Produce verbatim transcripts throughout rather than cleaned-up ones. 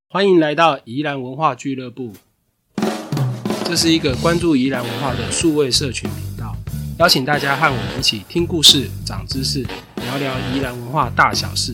欢迎来到宜兰文化俱乐部，这是一个关注宜兰文化的数位社群频道，邀请大家和我们一起听故事、长知识，聊聊宜兰文化大小事。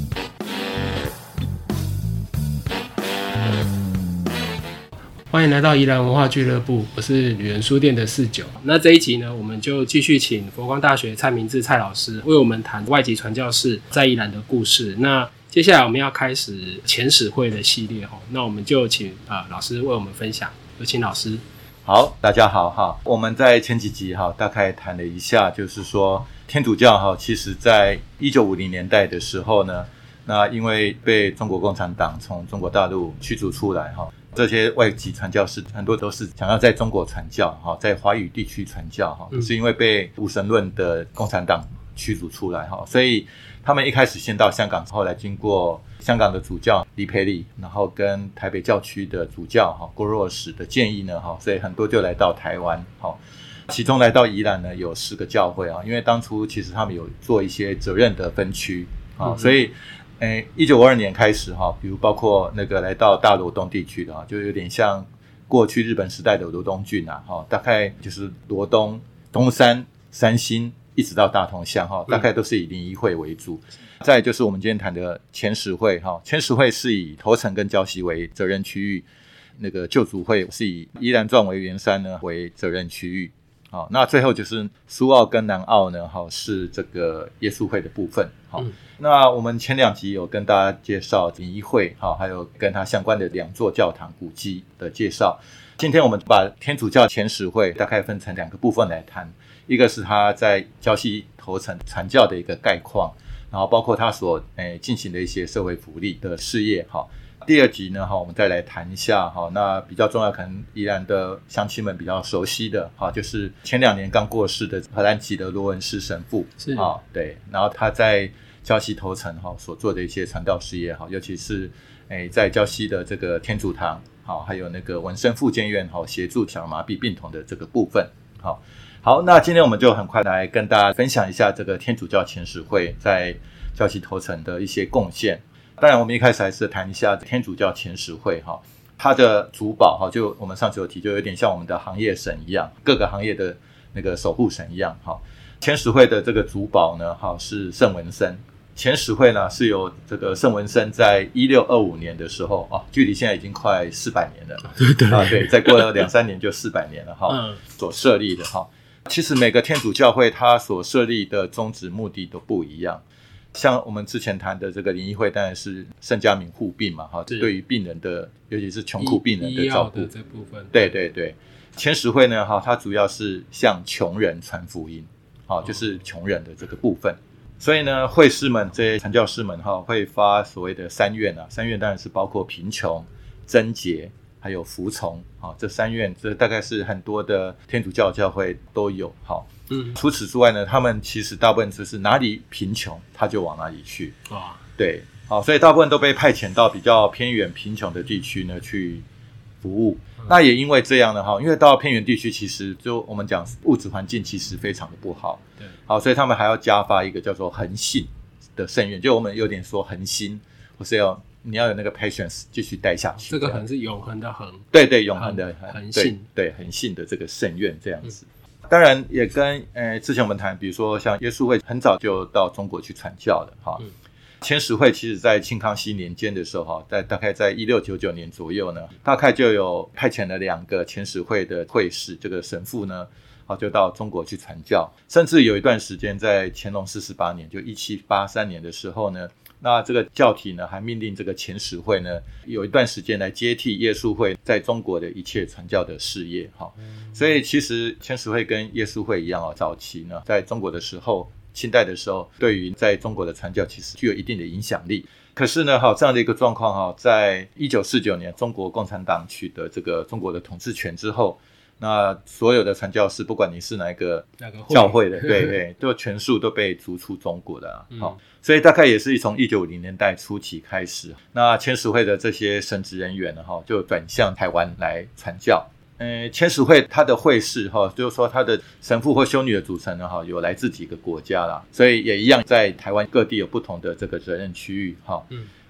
欢迎来到宜兰文化俱乐部，我是旅人书店的四九。那这一集呢，我们就继续请佛光大学蔡明志蔡老师为我们谈外籍传教士在宜兰的故事。那接下来我们要开始前史会的系列，那我们就请、呃、老师为我们分享，有请老师。 好，大家好哈。我们在前几集哈大概谈了一下，就是说天主教哈，其实在一九五零年代的时候呢，那因为被中国共产党从中国大陆驱逐出来哈，这些外籍传教士很多都是想要在中国传教哈，在华语地区传教哈，是因为被无神论的共产党驱逐出来哈，所以他们一开始先到香港，后来经过香港的主教黎培利，然后跟台北教区的主教郭若使的建议呢，所以很多就来到台湾。其中来到宜兰呢有十个教会，因为当初其实他们有做一些责任的分区，嗯、所以一九五二年开始，比如包括那个来到大罗东地区的，就有点像过去日本时代的罗东郡啊，大概就是罗东、东山、三星一直到大同乡，大概都是以灵医会为主。再来就是我们今天谈的前史会，前史会是以头城跟礁溪为责任区域，那个救主会是以宜兰壮围圆山呢为责任区域。那最后就是苏澳跟南澳呢是这个耶稣会的部分。嗯、那我们前两集有跟大家介绍灵医会，还有跟它相关的两座教堂古迹的介绍。今天我们把天主教前史会大概分成两个部分来谈，一个是他在礁溪头城传教的一个概况，然后包括他所、欸、进行的一些社会福利的事业。第二集呢，我们再来谈一下，那比较重要可能宜兰的乡亲们比较熟悉的，就是前两年刚过世的荷兰籍的罗文斯神父。是对，然后他在礁溪头城所做的一些传道事业，尤其是在礁溪的这个天主堂，还有那个文生复健院协助小儿麻痹病童的这个部分。好好，那今天我们就很快来跟大家分享一下这个天主教前史会在礁溪头城的一些贡献。当然我们一开始还是谈一下天主教前史会，它的主保就我们上次有提，就有点像我们的行业神一样，各个行业的那个守护神一样。前史会的这个主保呢是圣文森。前史会呢是由这个圣文森在一六二五年的时候，哦，距离现在已经快四百年了。对对、啊、对，再过了两三年就四百年了哈、嗯，所设立的哈。其实每个天主教会它所设立的宗旨目的都不一样。像我们之前谈的这个灵医会，当然是圣家民护病嘛，哈，对于病人的，尤其是穷苦病人的照顾， 医药的这部分。 对对对，前史会呢，哈，它主要是向穷人传福音，哈，就是穷人的这个部分。所以呢，会士们这些传教士们哈，会发所谓的三愿啊，三愿当然是包括贫穷、贞洁，还有服从啊，这三愿，这大概是很多的天主教教会都有哈。嗯，除此之外呢，他们其实大部分就是哪里贫穷，他就往哪里去。哇，对，好，所以大部分都被派遣到比较偏远贫穷的地区呢去服务。嗯、那也因为这样呢，哈，因为到偏远地区，其实就我们讲物质环境其实非常的不好。对，好，所以他们还要加发一个叫做恒信的圣愿，就我们有点说恒心，或是要你要有那个 patience 继续带下去。 这个恒是永恒的恒， 对对，永恒的恒信， 对恒信的这个圣愿这样子。嗯，当然也跟呃之前我们谈，比如说像耶稣会很早就到中国去传教了哈。嗯、前史会其实在清康熙年间的时候哈，在大概在一六九九年左右呢，大概就有派遣了两个前史会的会士，这个神父呢，好就到中国去传教，甚至有一段时间在乾隆四十八年，就一七八三年的时候呢。那这个教体呢，还命令这个前史会呢，有一段时间来接替耶稣会在中国的一切传教的事业哈。所以其实前史会跟耶稣会一样啊，早期呢，在中国的时候，清代的时候，对于在中国的传教其实具有一定的影响力。可是呢，哈这样的一个状况哈，在一九四九年，中国共产党取得这个中国的统治权之后。那所有的传教士，不管你是哪一个教会的，对对，都全数都被逐出中国的啊。嗯、所以大概也是从一九五零年代初期开始，那前史会的这些神职人员呢，就转向台湾来传教。呃，前史会它的会士哈，就是说它的神父或修女的组成呢，哈，有来自几个国家啦，所以也一样在台湾各地有不同的这个责任区域哈。嗯，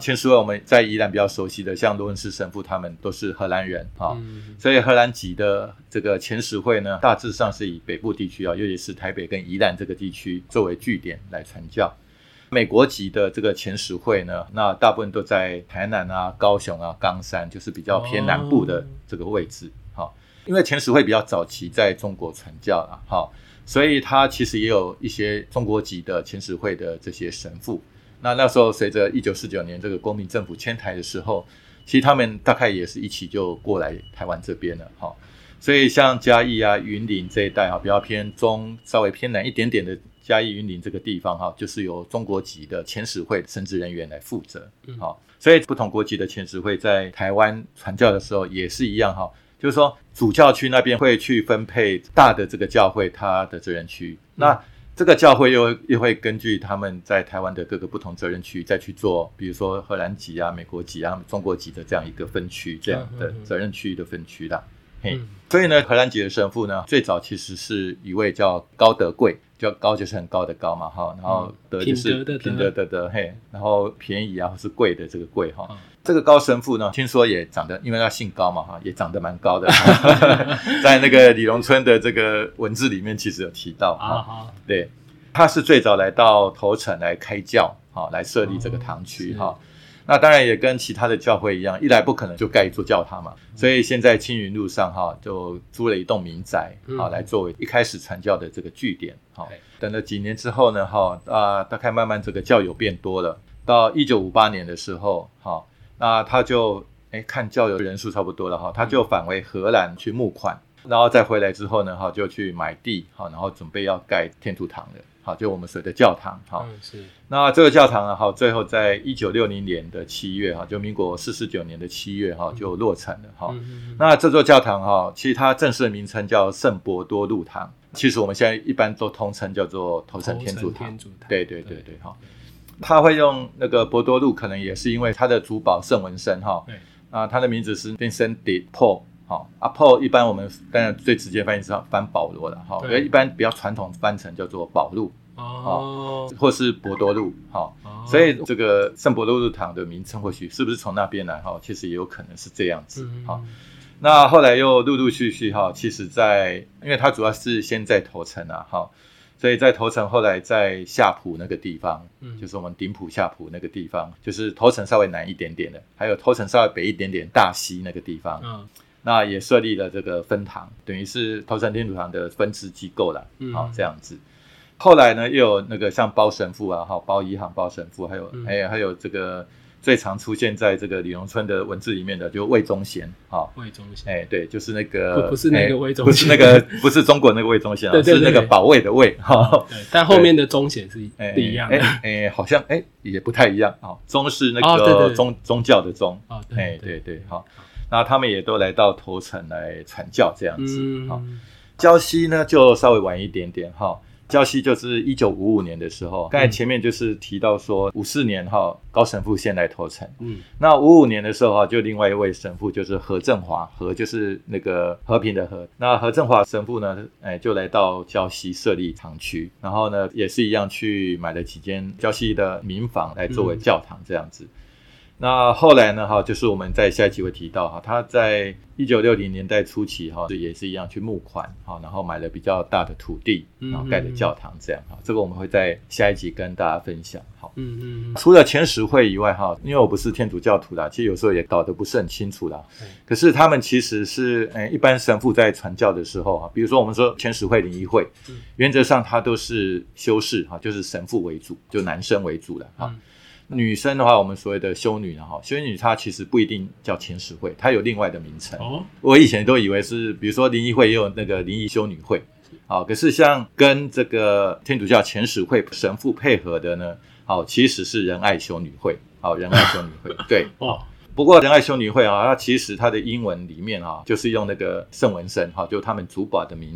前十位我们在宜兰比较熟悉的，像罗文斯神父他们都是荷兰人哈、 嗯， 所以荷兰籍的这个前十会呢，大致上是以北部地区啊，尤其是台北跟宜兰这个地区作为据点来传教。美国籍的这个前十会呢，那大部分都在台南啊、高雄啊、冈山，就是比较偏南部的这个位置。好、哦，因为前十会比较早期在中国传教啦，好、哦，所以它其实也有一些中国籍的前十会的这些神父。那那时候随着一九四九年这个国民政府迁台的时候，其实他们大概也是一起就过来台湾这边了哈、哦。所以像嘉义啊、云林这一带哈，比较偏中、稍微偏南一点点的嘉义、云林这个地方哈，就是由中国籍的前十会神职人员来负责。好、嗯，所以不同国籍的前十会在台湾传教的时候也是一样哈，就是说主教区那边会去分配大的这个教会它的责任区，嗯、那这个教会又又会根据他们在台湾的各个不同责任区再去做，比如说荷兰籍啊、美国籍啊、中国籍的这样一个分区，这样的责任区的分区啦。嘿，所以呢，荷兰籍的神父呢，最早其实是一位叫高德贵，叫高就是很高的高嘛，哈，然后德就是品德的德，嘿，然后便宜啊或是贵的这个贵哈。这个高神父呢，听说也长得，因为他姓高嘛，哈，也长得蛮高的，在那个李荣春的这个文字里面，其实有提到啊，对，他是最早来到头城来开教，哈，来设立这个堂区哈。那当然也跟其他的教会一样，一来不可能就盖一座教堂嘛，所以现在青云路上哈就租了一栋民宅，好、嗯、来作为一开始传教的这个据点。好，等了几年之后呢，哈啊大概慢慢这个教友变多了，到一九五八年的时候，好，那他就哎看教友人数差不多了哈，他就返回荷兰去募款，然后再回来之后呢，哈就去买地，好，然后准备要盖天主堂了。好，就我们所谓的教堂，好、嗯，是。那这个教堂呢，好，最后在一九六零年的七月，哈，就民国四十九年的七月，哈，就落成了，哈、嗯。那这座教堂，哈，其实它正式的名称叫圣伯多禄堂，其实我们现在一般都通称叫做头城天主堂。天主堂，对对对对，哈。他会用那个伯多禄，可能也是因为他的主保圣文森，哈，对，啊，他的名字是 Vincent de Paul。好、啊、，Paul 一般我们当然最直接翻译是翻保罗了，哈，一般比较传统翻成叫做保禄，哦，或是伯多禄，哈、哦，所以这个圣伯多禄堂的名称或许是不是从那边来，哈，其实也有可能是这样子，哈、嗯。那后来又陆陆续续，哈，其实在因为它主要是先在头城啊，哈，所以在头城后来在夏埔那个地方，嗯，就是我们顶埔夏埔那个地方，就是头城稍微南一点点的，还有头城稍微北一点点大溪那个地方，嗯。那也设立了这个分堂，等于是头城天主堂的分支机构啦，嗯，好、哦、这样子。后来呢，又有那个像包神父啊，哈，包一行包神父，还有、嗯、还有还有这个最常出现在这个李荣春的文字里面的，就魏忠贤，哈、哦， 魏忠贤， 哎，对，就是那个不, 不是那个魏忠贤， 不是那个不是中国那个魏忠贤，对对对，是那个保卫的卫，哈、哦， 对，但后面的忠贤是不一样的， 哎哎，好像哎也不太一样啊、哦，忠是那个、哦、对对对宗宗教的宗，哦，对对 对, 对，好。那他们也都来到头城来传教这样子，嗯哦、礁溪呢就稍微晚一点点哈，礁溪就是一九五五年的时候，刚才前面就是提到说五四年哈高神父先来头城，嗯，那五五年的时候哈就另外一位神父就是何正华，何就是那个和平的和，那何正华神父呢，哎就来到礁溪设立堂区，然后呢也是一样去买了几间礁溪的民房来作为教堂这样子。嗯，那后来呢，哈，就是我们在下一集会提到哈，他在一九六零年代初期哈，也是一样去募款哈，然后买了比较大的土地，然后盖的教堂这样哈，这个我们会在下一集跟大家分享哈。嗯嗯。除了前十会以外哈，因为我不是天主教徒啦，其实有时候也搞得不是很清楚啦。嗯、可是他们其实是，诶，一般神父在传教的时候哈，比如说我们说前十会、灵仪会，嗯、原则上它都是修士哈，就是神父为主，就男生为主了哈。嗯，女生的话，我们所谓的修女哈，修女她其实不一定叫前十会，她有另外的名称。哦，我以前都以为是，比如说灵仪会也有那个灵仪修女会，好，可是像跟这个天主教前十会神父配合的呢，好，其实是仁爱修女会，好，仁爱修女会，对，哦。不过仁爱修女会啊，它其实它的英文里面啊，就是用那个圣文森哈，就他们主保的名字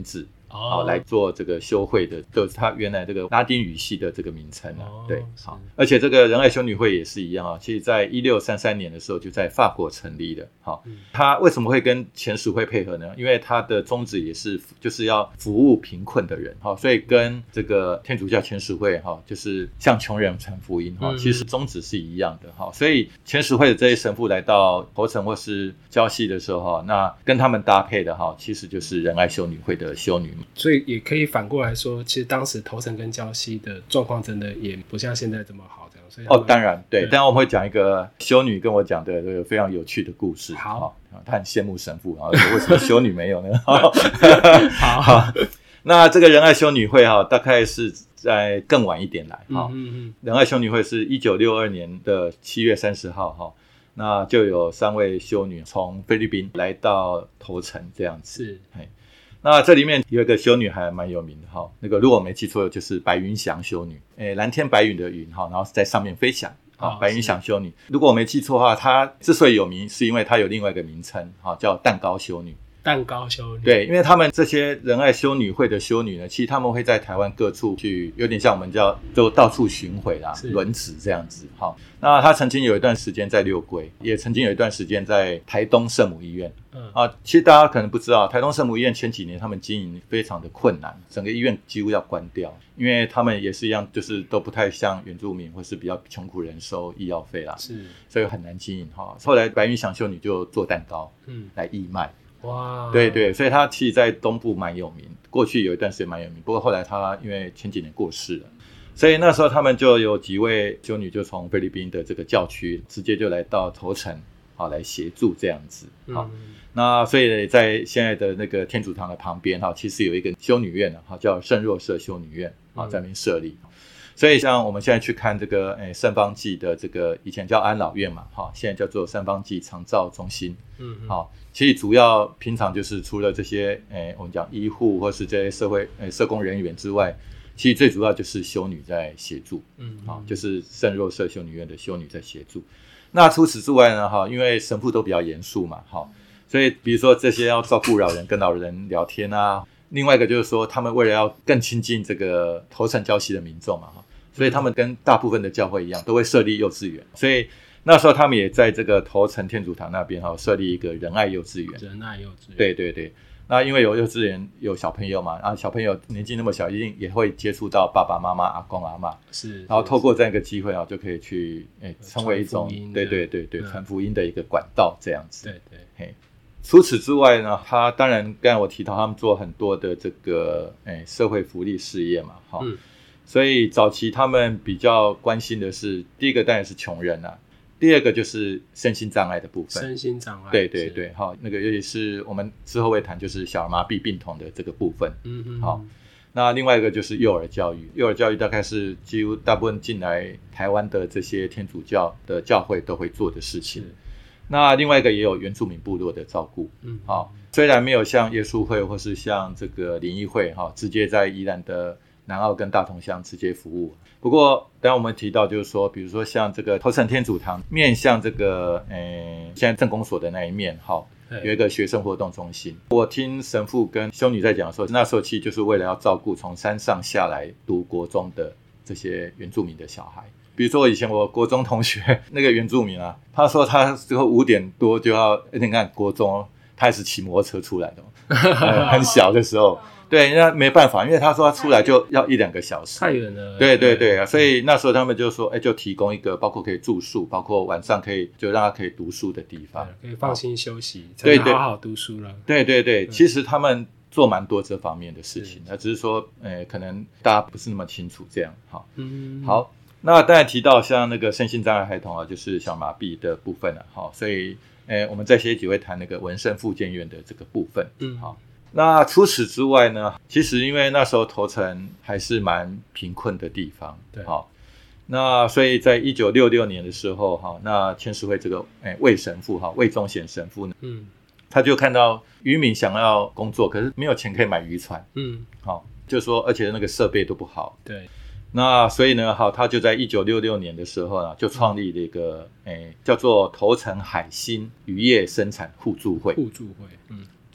好、哦、来做这个修会的，都是它原来这个拉丁语系的这个名称啊。哦、对，好，而且这个仁爱修女会也是一样啊，其实在一六三三年的时候就在法国成立的。好、嗯，它为什么会跟前十会配合呢？因为它的宗旨也是就是要服务贫困的人，好，所以跟这个天主教前十会哈，就是向穷人传福音哈，其实宗旨是一样的哈。所以前十会的这些神父来到头城或是礁溪的时候哈，那跟他们搭配的哈，其实就是仁爱修女会的修女。 所以也可以反过来说，其实当时头城跟礁溪的状况真的也不像现在这么好，这样。所以哦，当然对，当然我们会讲一个修女跟我讲的这个非常有趣的故事。 好， 哦、她很羡慕神父，然后为什么修女没有呢？好好，那这个仁爱修女会哈，大概是在更晚一点来哈。嗯嗯，仁爱修女会是一九六二年的七月三十号哈。那就有三位修女从菲律宾来到头城这样子。是，那这里面有一个修女还蛮有名的哈，那个如果我没记错就是白云翔修女，诶，蓝天白云的云哈，然后在上面飞翔。哦、白云翔修女，如果我没记错的话，她之所以有名，是因为她有另外一个名称，哈，叫蛋糕修女。 蛋糕修女， 对，因为他们这些仁爱修女会的修女呢，其实他们会在台湾各处去，有点像我们叫就到处巡回啦，轮值这样子。好，那他曾经有一段时间在六龟，也曾经有一段时间在台东圣母医院。嗯啊，其实大家可能不知道，台东圣母医院前几年他们经营非常的困难，整个医院几乎要关掉，因为他们也是一样，就是都不太像原住民或是比较穷苦人收医药费啦，是，所以很难经营哈。后来白云翔修女就做蛋糕，嗯，来义卖。哇，对对，所以他其实在东部蛮有名，过去有一段时间蛮有名，不过后来他因为前几年过世了，所以那时候他们就有几位修女就从菲律宾的这个教区直接就来到头城，好来协助这样子。好，嗯、那所以在现在的那个天主堂的旁边哈，其实有一个修女院哈，叫圣若瑟修女院，好在那边设立。嗯，所以像我们现在去看这个诶圣方济的这个以前叫安老院嘛，哈，现在叫做圣方济长照中心。嗯，好，其实主要平常就是除了这些诶我们讲医护或是这些社会诶社工人员之外，其实最主要就是修女在协助。嗯，好，就是圣若瑟修女院的修女在协助。那除此之外呢，哈，因为神父都比较严肃嘛，哈，所以比如说这些要照顾老人，跟老人聊天啊。另外一个就是说，他们为了要更亲近这个头城礁溪的民众嘛，所以他们跟大部分的教会一样，都会设立幼稚园。所以那时候他们也在这个头城天主堂那边哈设立一个仁爱幼稚园。 仁爱幼稚园， 对对对。那因为有幼稚园有小朋友嘛，然后小朋友年纪那么小，一定也会接触到爸爸妈妈、阿公阿嬷，是。然后透过这样一个机会啊，就可以去诶成为一种对对对对传福音的一个管道这样子。对对，嘿。除此之外呢，他当然刚才我提到他们做很多的这个诶社会福利事业嘛，哈、嗯，所以早期他们比较关心的是，第一个当然是穷人啊，第二个就是身心障碍的部分。 身心障碍， 对对对，好，那个尤其是我们之后会谈，就是小儿麻痹病童的这个部分，嗯嗯，好，那另外一个就是幼儿教育，幼儿教育大概是几乎大部分进来台湾的这些天主教的教会都会做的事情。那另外一个也有原住民部落的照顾，嗯，好，虽然没有像耶稣会或是像这个灵义会哈，直接在宜兰的南澳跟大同乡直接服务。不过，当然我们提到就是说，比如说像这个头城天主堂面向这个诶现在政公所的那一面，哈，有一个学生活动中心。我听神父跟修女在讲说，那时候其实就是为了要照顾从山上下来读国中的这些原住民的小孩。比如说以前我国中同学那个原住民啊，他说他最后五点多就要，你看国中他也是骑摩托车出来的、呃、很小的时候，对，那没办法，因为他说他出来就要一两个小时， 太远了。 对对对，所以那时候他们就说，哎，就提供一个包括可以住宿，包括晚上可以就让他可以读书的地方， 可以放心休息，才能好好读书了。 对对对，对，其实他们做蛮多这方面的事情，那只是说，呃，可能大家不是那么清楚这样。好，嗯，好。那当然提到像那个身心障碍孩童啊，就是小麻痹的部分了、啊，好，所以诶，我们在下一集会谈那个文生复健院的这个部分，嗯，好。那除此之外呢，其实因为那时候头城还是蛮贫困的地方，对，好，那所以在一九六六年的时候，哈，那千石会这个诶魏神父哈魏忠贤神父呢，嗯，他就看到渔民想要工作，可是没有钱可以买渔船，嗯，好，就说而且那个设备都不好，对。那所以呢，好，他就在一九六六年的时候呢，就创立了一个诶、嗯、叫做头城海星渔业生产互助会。 互助会，嗯，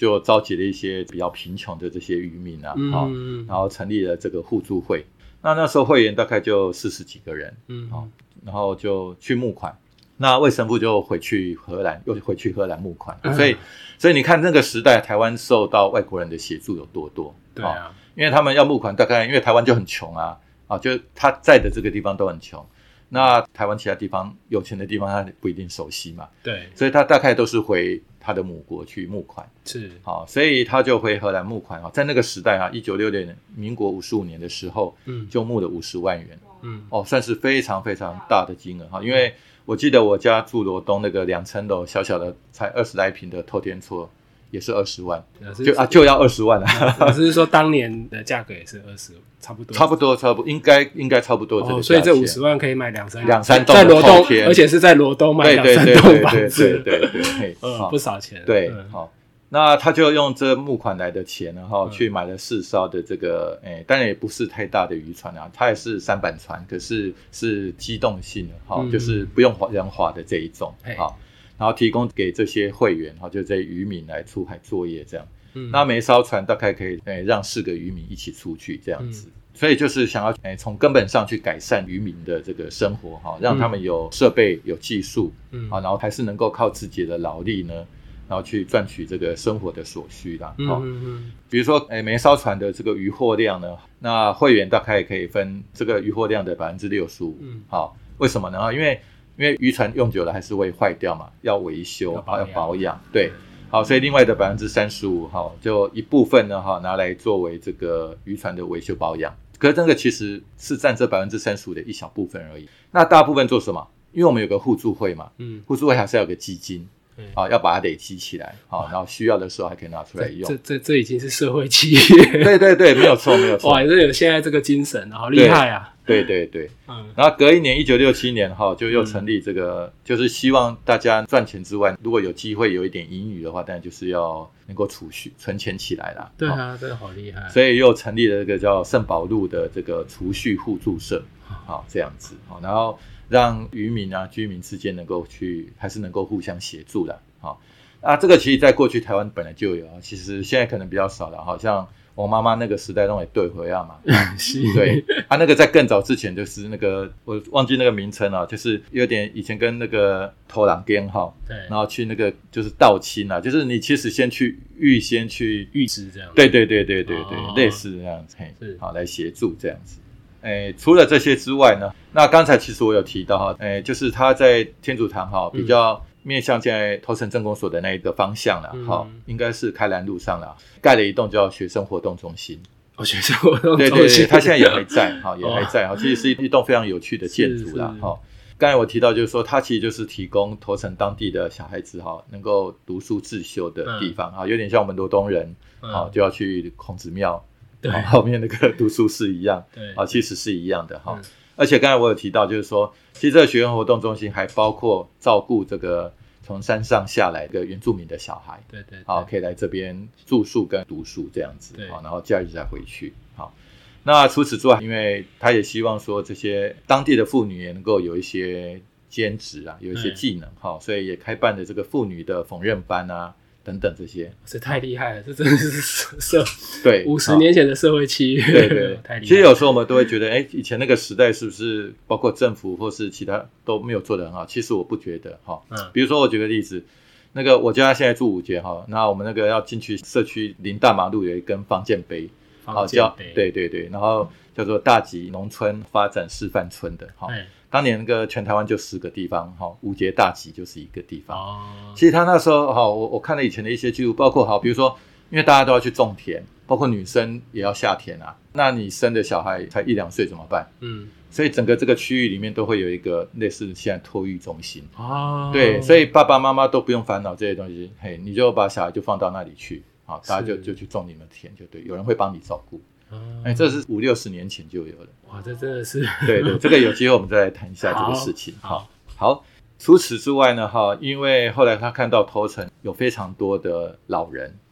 就召集了一些比较贫穷的这些渔民啊，嗯哦、然后成立了这个互助会。那那时候会员大概就四十几个人，嗯、哦，然后就去募款。那魏神父就回去荷兰，又回去荷兰募款，嗯、所以，所以你看那个时代，台湾受到外国人的协助有多多， 对啊， 哦、因为他们要募款，大概因为台湾就很穷啊，啊，就他在的这个地方都很穷，那台湾其他地方有钱的地方他不一定熟悉嘛， 对， 所以他大概都是回他的母国去募款， 是， 好、哦，所以他就回荷兰募款啊，在那个时代啊，一九六六年，民国五十五年的时候，嗯，就募了五十万元，嗯，哦，算是非常非常大的金额哈，因为我记得我家住罗东那个两层楼小小的才二十来坪的透天厝也是二十万，就啊就要二十万了。 我是说当年的价格也是二十，差不多， 差不多，差不多，应该应该差不多这个价钱、哦、 所以这五十万可以买两三两三栋在罗东，而且是在罗东买两三栋房子， 对对对对对对， 呃，不少钱。 对，好、嗯。那他就用这募款来的钱呢，哈，去买了四艘的这个，诶，当然也不是太大的渔船啊，它也是三板船，可是是机动性的，哈、嗯，就是不用人划的这一种，好，然后提供给这些会员，哈，就这些渔民来出海作业这样。嗯，那每一艘船大概可以，诶，让四个渔民一起出去这样子，嗯、所以就是想要，诶，从根本上去改善渔民的这个生活，哈，让他们有设备、有技术，嗯，啊，然后还是能够靠自己的劳力呢。然后去赚取这个生活的所需啦，嗯嗯嗯，比如说，诶，每艘船的这个渔获量呢，那会员大概可以分这个渔获量的百分之六十五，嗯，好，为什么呢？因为因为渔船用久了还是会坏掉嘛，要维修，要保养，要保养，对，好，所以另外的百分之三十五，哈，就一部分呢，哈，拿来作为这个渔船的维修保养，可是这个其实是占这百分之三十五的一小部分而已，那大部分做什么？因为我们有个互助会嘛，嗯，互助会还是要有个基金。好、哦，要把它累积起来，好、哦，然后需要的时候还可以拿出来用。 这这这已经是社会企业。 对对对，没有错没有错。 哇，这有现在这个精神，好厉害啊！ 对对 对, 对，嗯。然后隔一年，一九六七年哈、哦，就又成立这个、嗯，就是希望大家赚钱之外，如果有机会有一点盈余的话，当然就是要能够储蓄存钱起来啦。 对啊，真的好厉害。 所以又成立了这个叫圣保路的这个储蓄互助社，好、哦、这样子，好、哦，然后让渔民啊居民之间能够去，还是能够互相协助的，好、哦。啊，这个其实在过去台湾本来就有，其实现在可能比较少了，好像我妈妈那个时代都会对回啊嘛，对，啊那个在更早之前就是那个我忘记那个名称了，就是有点以前跟那个偷狼颠哈，对，然后去那个就是道亲啊，就是你其实先去预先去预知这样， 对对对对对对，哦、类似这样子，嘿，好来协助这样子。诶，除了这些之外呢，那刚才其实我有提到哈，诶，就是他在天主堂哈比较。嗯面向现在头城镇公所的那一个方向啦，好、嗯，应该是开兰路上啦，盖了一栋叫学生活动中心。 哦，学生活动中心， 对对对，它现在也还在，哈，也还在，哈，其实是一栋非常有趣的建筑啦，哈。刚才我提到就是说，它其实就是提供头城当地的小孩子哈，能够读书自修的地方哈、嗯，有点像我们罗东人，好、嗯、就要去孔子庙，对，后面那个读书室一样，对，啊，其实是一样的哈。嗯，而且刚才我有提到，就是说，其实这个学生活动中心还包括照顾这个从山上下来的原住民的小孩，对 对, 对，好，可以来这边住宿跟读书这样子，好，然后假日再回去，好。那除此之外，因为他也希望说这些当地的妇女也能够有一些兼职啊，有一些技能，好，所以也开办了这个妇女的缝纫班啊。等等这些， 这太厉害了！这真的是社对五十年前的社会企业， 对对，太厉害。其实有时候我们都会觉得，哎，以前那个时代是不是包括政府或是其他都没有做得很好？其实我不觉得哈。嗯，比如说我举个例子，那个我家现在住五街哈，那我们那个要进去社区临大马路有一根方建碑， 方建碑， 对对对，然后叫做大吉农村发展示范村的哈。当年那个全台湾就十个地方，五节大吉就是一个地方。哦，其实他那时候我我看了以前的一些记录，包括好，比如说，因为大家都要去种田，包括女生也要下田啊。那你生的小孩才一两岁怎么办？嗯，所以整个这个区域里面都会有一个类似现在托育中心。哦，对，所以爸爸妈妈都不用烦恼这些东西，嘿，你就把小孩就放到那里去，好，大家就就去种你们的田就对，有人会帮你照顾。哎，这是五六十年前就有了。 哇，这真的是对对，这个有机会我们再来谈一下这个事情。好，好。除此之外呢，哈，因为后来他看到头城有非常多的老人，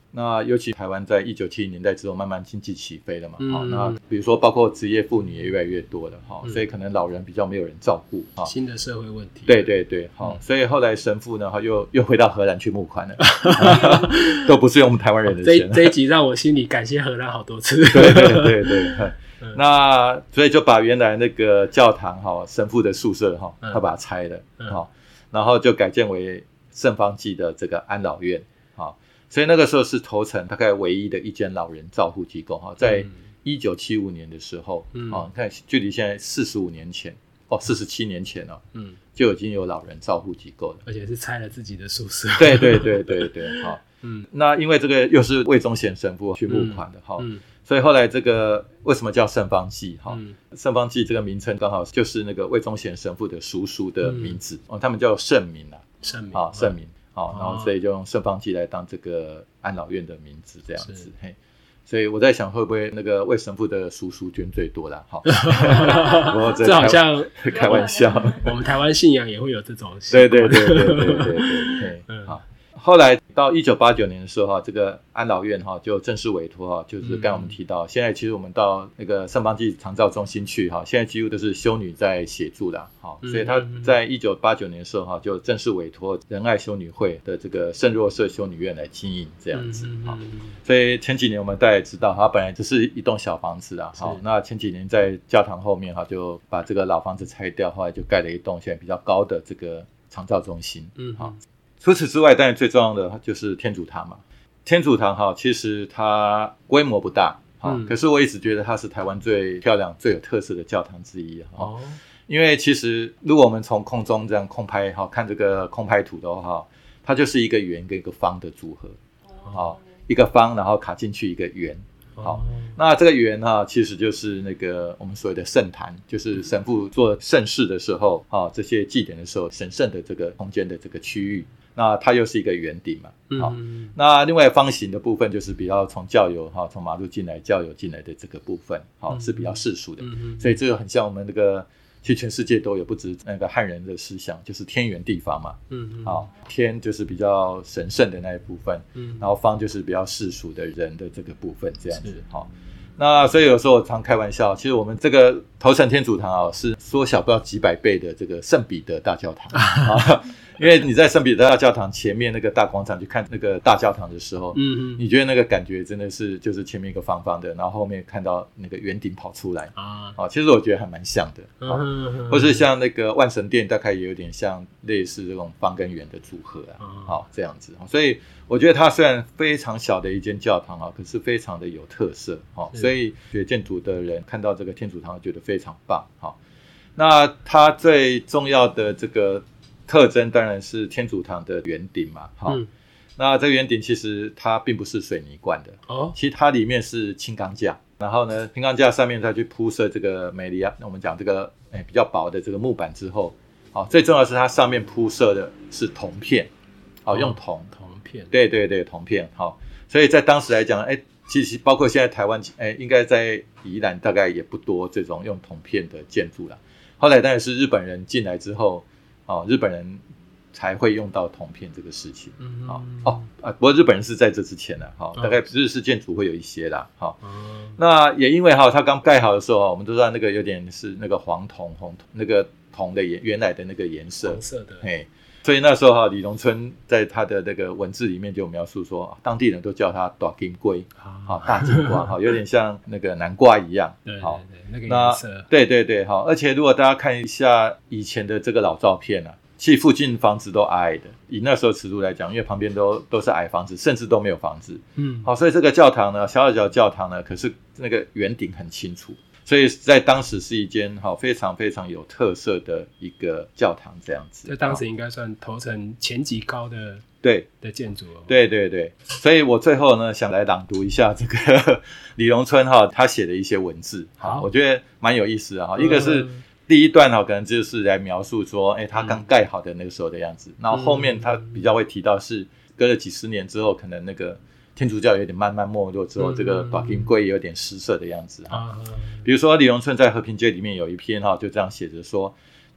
那尤其台湾在一九七零年代之后慢慢经济起飞了嘛， 嗯好，那比如说包括职业妇女也越来越多了，好， 嗯所以可能老人比较没有人照顾，好， 新的社会问题。 对对对，好， 嗯所以后来神父呢，又又回到荷兰去募款了，都不是用我们台湾人的钱。 这这一集让我心里感谢荷兰好多次。 对对对对， 嗯那所以就把原来那个教堂哈神父的宿舍哈， 嗯他把它拆了， 嗯好，然后就改建为圣方济的这个安老院，好，所以那个时候是头城大概唯一的一间老人照护机构哈，在一九七五年的时候， 嗯哦，你看距离现在四十五年前，哦，四十七年前哦， 嗯， 就已经有老人照护机构了， 而且是拆了自己的宿舍。 对对对对对，好， 嗯那因为这个又是魏忠贤神父去募款的哈， 嗯所以后来这个为什么叫圣方济哈？ 嗯圣方济这个名称刚好就是那个魏忠贤神父的叔叔的名字，哦，他们叫圣名啊， 圣名啊圣名，好，然后哦所以就用圣方济来当这个安老院的名字这样是子，嘿。所以我在想，会不会那个魏神父的叔叔捐最多啦？好，我这好像开玩笑。 我们台湾信仰也会有这种习对惯。 对对对对对对对， 嗯好。后来到一九八九年的时候哈，这个安老院哈就正式委托哈，就是刚才我们提到，现在其实我们到那个圣方济长照中心去哈，现在几乎都是修女在协助的，好，所以他在一九八九年的时候哈，就正式委托仁爱修女会的这个圣若瑟修女院来经营这样子哈。所以前几年我们大家也知道，它本来只是一栋小房子啊，好，那前几年在教堂后面哈就把这个老房子拆掉，后来就盖了一栋现在比较高的这个长照中心， 嗯， 好。除此之外，当然最重要的就是天主堂嘛。天主堂哈，其实它规模不大，嗯、可是我一直觉得它是台湾最漂亮、最有特色的教堂之一哈。哦，因为其实如果我们从空中这样空拍哈，看这个空拍图的话，它就是一个圆跟一个方的组合，好、哦，一个方然后卡进去一个圆。好，哦，那这个圆哈，其实就是那个我们所谓的圣坛，就是神父做圣事的时候，啊，这些祭典的时候，神圣的这个空间的这个区域。那它又是一个圆顶嘛，好，嗯，那另外方形的部分就是比较从教友哈，从马路进来教友进来的这个部分，好，是比较世俗的，嗯，所以这个很像我们那个，其实全世界都有，不止那个汉人的思想，就是天圆地方嘛，嗯，好，天就是比较神圣的那一部分，嗯，然后方就是比较世俗的人的这个部分，这样子，好。那所以有时候我常开玩笑，其实我们这个头城天主堂啊，是缩小不到几百倍的这个圣彼得大教堂啊。因为你在圣彼得大教堂前面那个大广场去看那个大教堂的时候，嗯嗯，你觉得那个感觉真的是就是前面一个方方的，然后后面看到那个圆顶跑出来啊，啊，其实我觉得还蛮像的，啊，或是像那个万神殿，大概也有点像类似这种方跟圆的组合啊，好，这样子，所以我觉得它虽然非常小的一间教堂啊，可是非常的有特色，哈，所以学建筑的人看到这个天主堂觉得非常棒，哈。那它最重要的这个特征当然是天主堂的圆顶嘛，哈，嗯，那这个圆顶其实它并不是水泥灌的，哦，其实它里面是轻钢架，然后呢，轻钢架上面再去铺设这个美利亚，我们讲这个，欸，比较薄的这个木板之后，好，最重要的是它上面铺设的是铜片，好，用铜， 铜片， 对对对，铜片，好，所以在当时来讲，哎，欸，其实包括现在台湾，哎，欸，应该在宜兰大概也不多这种用铜片的建筑啦。后来当然是日本人进来之后，哦，日本人才会用到铜片这个事情。嗯，哦哦啊，不过日本人是在这之前啦，哈，哦，大概日式建筑会有一些啦，哈，哦。那也因为哈，它刚盖好的时候，我们都知道那个有点是那个黄铜红那个铜的原原来的那个颜色， 黄色的， 嘿。所以那时候哈，李荣春在他的那个文字里面就描述说，当地人都叫它大金龟，好，大金瓜，好，有点像那个南瓜一样， 对， 好， 那个颜色， 对对对，好，而且如果大家看一下以前的这个老照片啊，其实附近房子都矮矮的，以那时候尺度来讲，因为旁边都都是矮房子，甚至都没有房子，嗯，好，所以这个教堂呢，小小教堂呢，可是那个圆顶很清楚。所以在当时是一间好非常非常有特色的一个教堂，这样子。 在当时应该算头城前几高的对的建筑，哦。 对对对，所以我最后呢想来朗读一下这个李荣春哈他写的一些文字，好，我觉得蛮有意思的哈。嗯，一个是第一段哈，可能就是来描述说，哎，他刚盖好的那个时候的样子，然后后面他比较会提到是隔了几十年之后，可能那个天主教有点慢慢没落之后，嗯，这个大金龟也有点失色的样子哈。嗯，比如说李荣春在和平街里面有一篇哈，就这样写着说，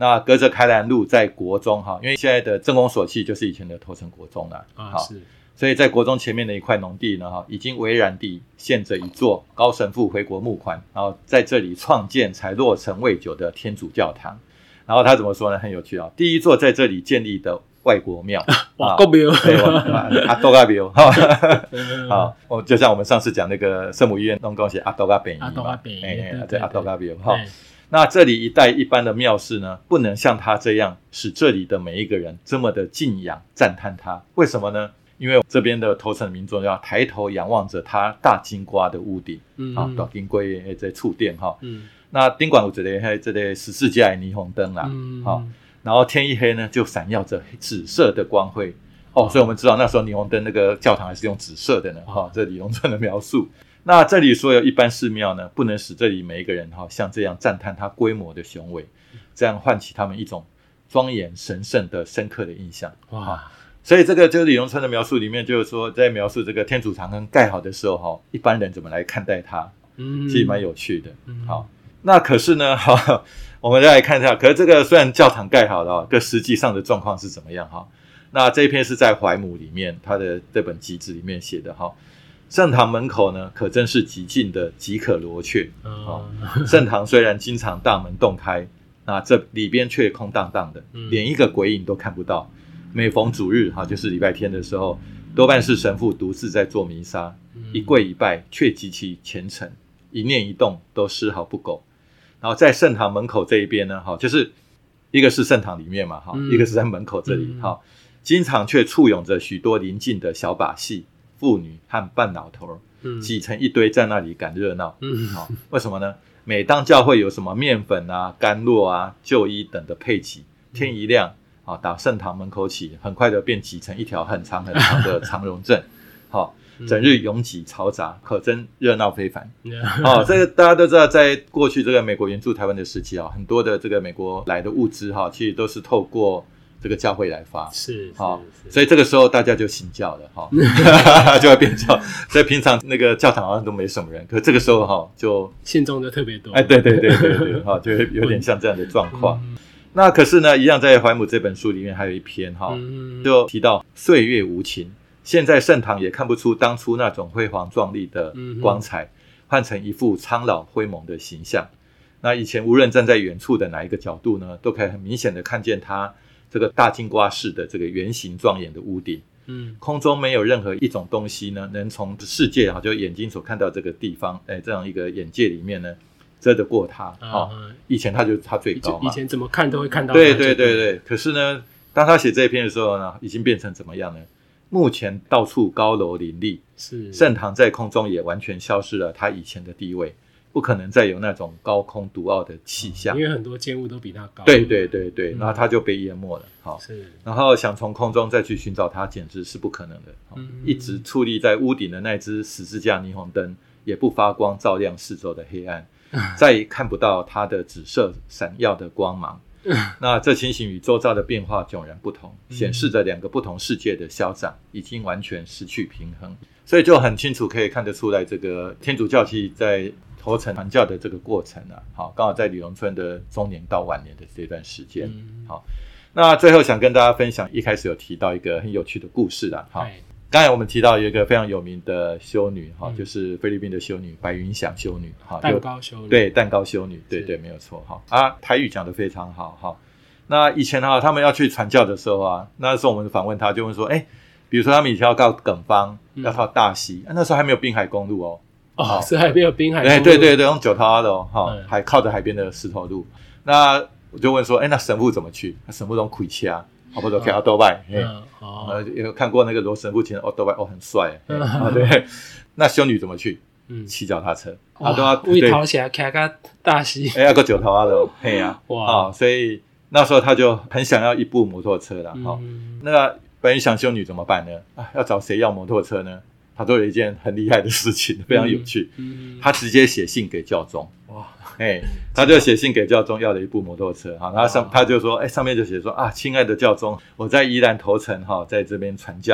那隔着开兰路在国中哈，因为现在的政工所系就是以前的头城国中啦， 啊是， 所以在国中前面的一块农地呢哈，已经巍然地现着一座高神父回国募款，然后在这里创建才落成未久的天主教堂。然后他怎么说呢？很有趣啊，第一座在这里建立的外国庙， 哇，国庙， 对，阿多嘎庙，好，我就像我们上次讲那个圣母医院弄东西，阿多嘎本阿多嘎本， 哎，对，阿多嘎庙，哈。那这里一带一般的庙事呢，不能像他这样使这里的每一个人这么的敬仰赞叹他。为什么呢？因为这边的头城民众要抬头仰望着他大金瓜的屋顶，嗯，啊，大金瓜的这触电哈，嗯，那顶管有一个这个十四架的霓虹灯啦，嗯，好，然后天一黑呢，就闪耀着紫色的光辉，哦，所以我们知道那时候霓虹灯那个教堂还是用紫色的呢，哈，这李龙春的描述。那这里所有一般寺庙呢，不能使这里每一个人哈像这样赞叹它规模的雄伟，这样唤起他们一种庄严神圣的深刻的印象。哇！所以这个就是李荣春的描述里面，就是说在描述这个天主堂跟盖好的时候哈，一般人怎么来看待它，嗯，其实蛮有趣的。嗯，好，那可是呢，哈，我们再来看一下，可是这个虽然教堂盖好了，可实际上的状况是怎么样哈？那这一篇是在怀母里面，他的这本集子里面写的哈。圣堂门口呢，可真是极尽的即可罗雀。哦，圣堂虽然经常大门洞开，那这里边却空荡荡的，连一个鬼影都看不到。每逢主日哈，就是礼拜天的时候，多半是神父独自在做弥撒，一跪一拜，却极其虔诚，一念一动都丝毫不苟。然后在圣堂门口这一边呢，哈，就是一个是圣堂里面嘛，哈，一个是在门口这里，哈，经常却簇拥着许多邻近的小把戏。妇女和半老头挤成一堆在那里赶热闹，嗯哦，为什么呢？每当教会有什么面粉啊、甘露啊、旧衣等的配给，天一亮，哦，打圣堂门口起，很快的便挤成一条很长很长的长龙阵，好，哦，整日拥挤嘈杂，可真热闹非凡。哦，这个大家都知道，在过去这个美国援助台湾的时期啊，很多的这个美国来的物资哈，其实都是透过这个教会来发， 是， 好，哦，所以这个时候大家就信教了哈，哦，就会变教。所以平常那个教堂好像都没什么人，可是这个时候哈，哦，就信众就特别多。 哎，对对对对对，哈，哦，就有点像这样的状况。嗯，那可是呢，一样在怀母这本书里面还有一篇哈，哦嗯，就提到岁月无情，现在圣堂也看不出当初那种辉煌壮丽的光彩，换成一副苍老灰蒙的形象。那以前无论站在远处的哪一个角度呢，都可以很明显的看见它。这个大金瓜式的这个圆形庄严的屋顶，嗯，空中没有任何一种东西呢，能从世界哈，就眼睛所看到这个地方，哎，这样一个眼界里面呢，遮得过它。啊，哦，以前它就是它最高嘛， 以前怎么看都会看到它。 对对对对。可是呢，当他写这一篇的时候呢，已经变成怎么样呢？目前到处高楼林立，是圣堂在空中也完全消失了它以前的地位。不可能再有那种高空独傲的气象， 因为很多建物都比它高。 对对对对，嗯，然后它就被淹没了。好，是，然后想从空中再去寻找它，简直是不可能的。嗯，一直矗立在屋顶的那只十字架霓虹灯，也不发光照亮四周的黑暗，再也看不到它的紫色闪耀的光芒。那这情形与周遭的变化迥然不同，显示着两个不同世界的消长已经完全失去平衡，所以就很清楚可以看得出来，这个天主教其在头城传教的这个过程啊，好，刚好在李荣春的中年到晚年的这段时间，嗯，好，那最后想跟大家分享，一开始有提到一个很有趣的故事啦，好，刚才我们提到有一个非常有名的修女，哈，嗯，就是菲律宾的修女白云祥修女，哈， 蛋糕修女， 对，蛋糕修女，对对，没有错，哈，啊，台语讲得非常好，哈，那以前哈，他们要去传教的时候啊，那时候我们访问他，就问说，哎，比如说他们以前要到耿方，嗯，要到大溪，啊，那时候还没有滨海公路哦。 哦，是海边有滨海公路， 对对对，用九头阿的哦，哈，嗯，还靠着海边的石头路。那我就问说，哎，那神父怎么去？那神父都开车，好不好？开奥多拜，嗯，哦，呃，有看过那个罗神父骑的奥多拜，哦，很帅，嗯，啊，对。那修女怎么去？嗯，骑脚踏车， 啊，都要为头起来开个大溪， 哎，那个九头阿的，嘿呀，哇，啊，所以那时候他就很想要一部摩托车了，哈，嗯，那个白云祥修女怎么办呢？啊，要找谁要摩托车呢？他做了一件很厉害的事情，非常有趣。嗯嗯，他直接写信给教宗，哇，哎，他就写信给教宗要了一部摩托车，哈，他上他就说，哎，上面就写说啊，亲爱的教宗，我在宜兰头城哈，在这边传教啦，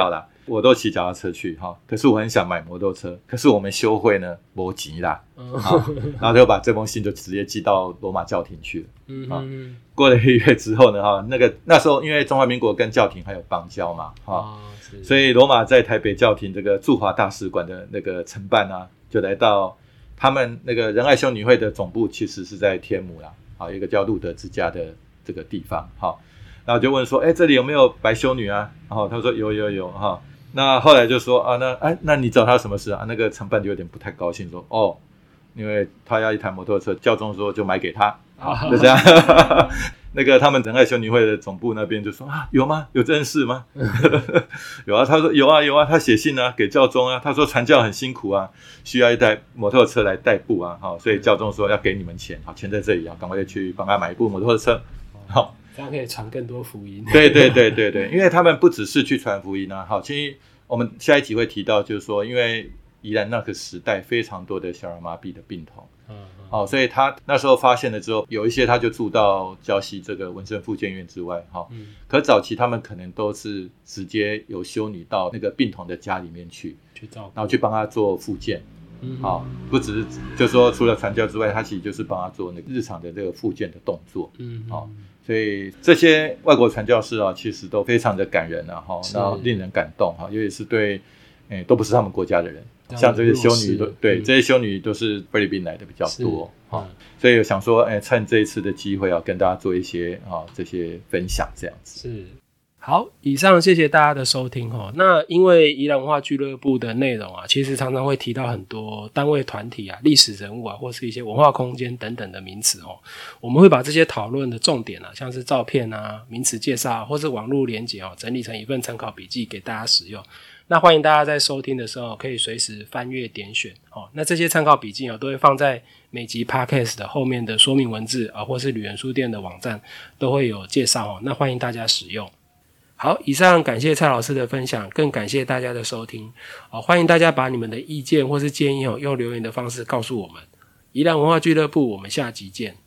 我都骑脚踏车去哈，可是我很想买摩托车，可是我们修会呢没钱啦，好，然后就把这封信就直接寄到罗马教廷去了。嗯嗯，过了一个月之后呢，哈，那个那时候因为中华民国跟教廷还有邦交嘛，哈、哦，所以罗马在台北教廷这个驻华大使馆的那个承办啊，就来到他们那个仁爱修女会的总部，其实是在天母啦，啊，一个叫路德之家的这个地方，哈，然后就问说，哎，这里有没有白修女啊？然后他说有有有，哈，那后来就说啊，那哎，那你找他什么事啊？那个承办就有点不太高兴，说哦，因为他要一台摩托车，教宗说就买给他。好，就这样。那个他们仁爱修女会的总部那边就说啊，有吗？有这件事吗？有啊，他说有啊有啊，他写信啊给教宗啊，他说传教很辛苦啊，需要一台摩托车来代步啊，好，所以教宗说要给你们钱，好，钱在这里啊，赶快去帮他买一部摩托车，好， 这样可以传更多福音。 对对对对对，因为他们不只是去传福音啊，好，其实我们下一集会提到，就是说，因为宜兰那个时代非常多的小儿麻痹的病童。嗯哦，所以他那时候发现了之后，有一些他就住到礁溪这个文生复健院之外，哈、哦嗯，可早期他们可能都是直接有修女到那个病童的家里面去， 去照顾， 然后去帮他做复健，嗯，好、哦，不只是就是说除了传教之外，他其实就是帮他做那个日常的这个复健的动作，嗯，好、哦，所以这些外国传教士啊，其实都非常的感人啊，哈，然后令人感动哈，尤其是对，诶，都不是他们国家的人。像这些修女都对、嗯、这些修女都是菲律宾来的比较多、嗯哦、所以想说、欸、趁这一次的机会啊，跟大家做一些、哦、这些分享这样子。 是，好，以上谢谢大家的收听、哦、那因为宜兰文化俱乐部的内容啊，其实常常会提到很多单位团体啊、历史人物啊，或是一些文化空间等等的名词、哦、我们会把这些讨论的重点啊，像是照片啊、名词介绍、啊、或是网络连结、哦、整理成一份参考笔记给大家使用。那欢迎大家在收听的时候可以随时翻阅点选、哦、那这些参考笔记、哦、都会放在每集 Podcast 的后面的说明文字、啊、或是旅人书店的网站都会有介绍、哦、那欢迎大家使用。好，以上感谢蔡老师的分享，更感谢大家的收听、哦、欢迎大家把你们的意见或是建议、哦、用留言的方式告诉我们。宜兰文化俱乐部，我们下集见。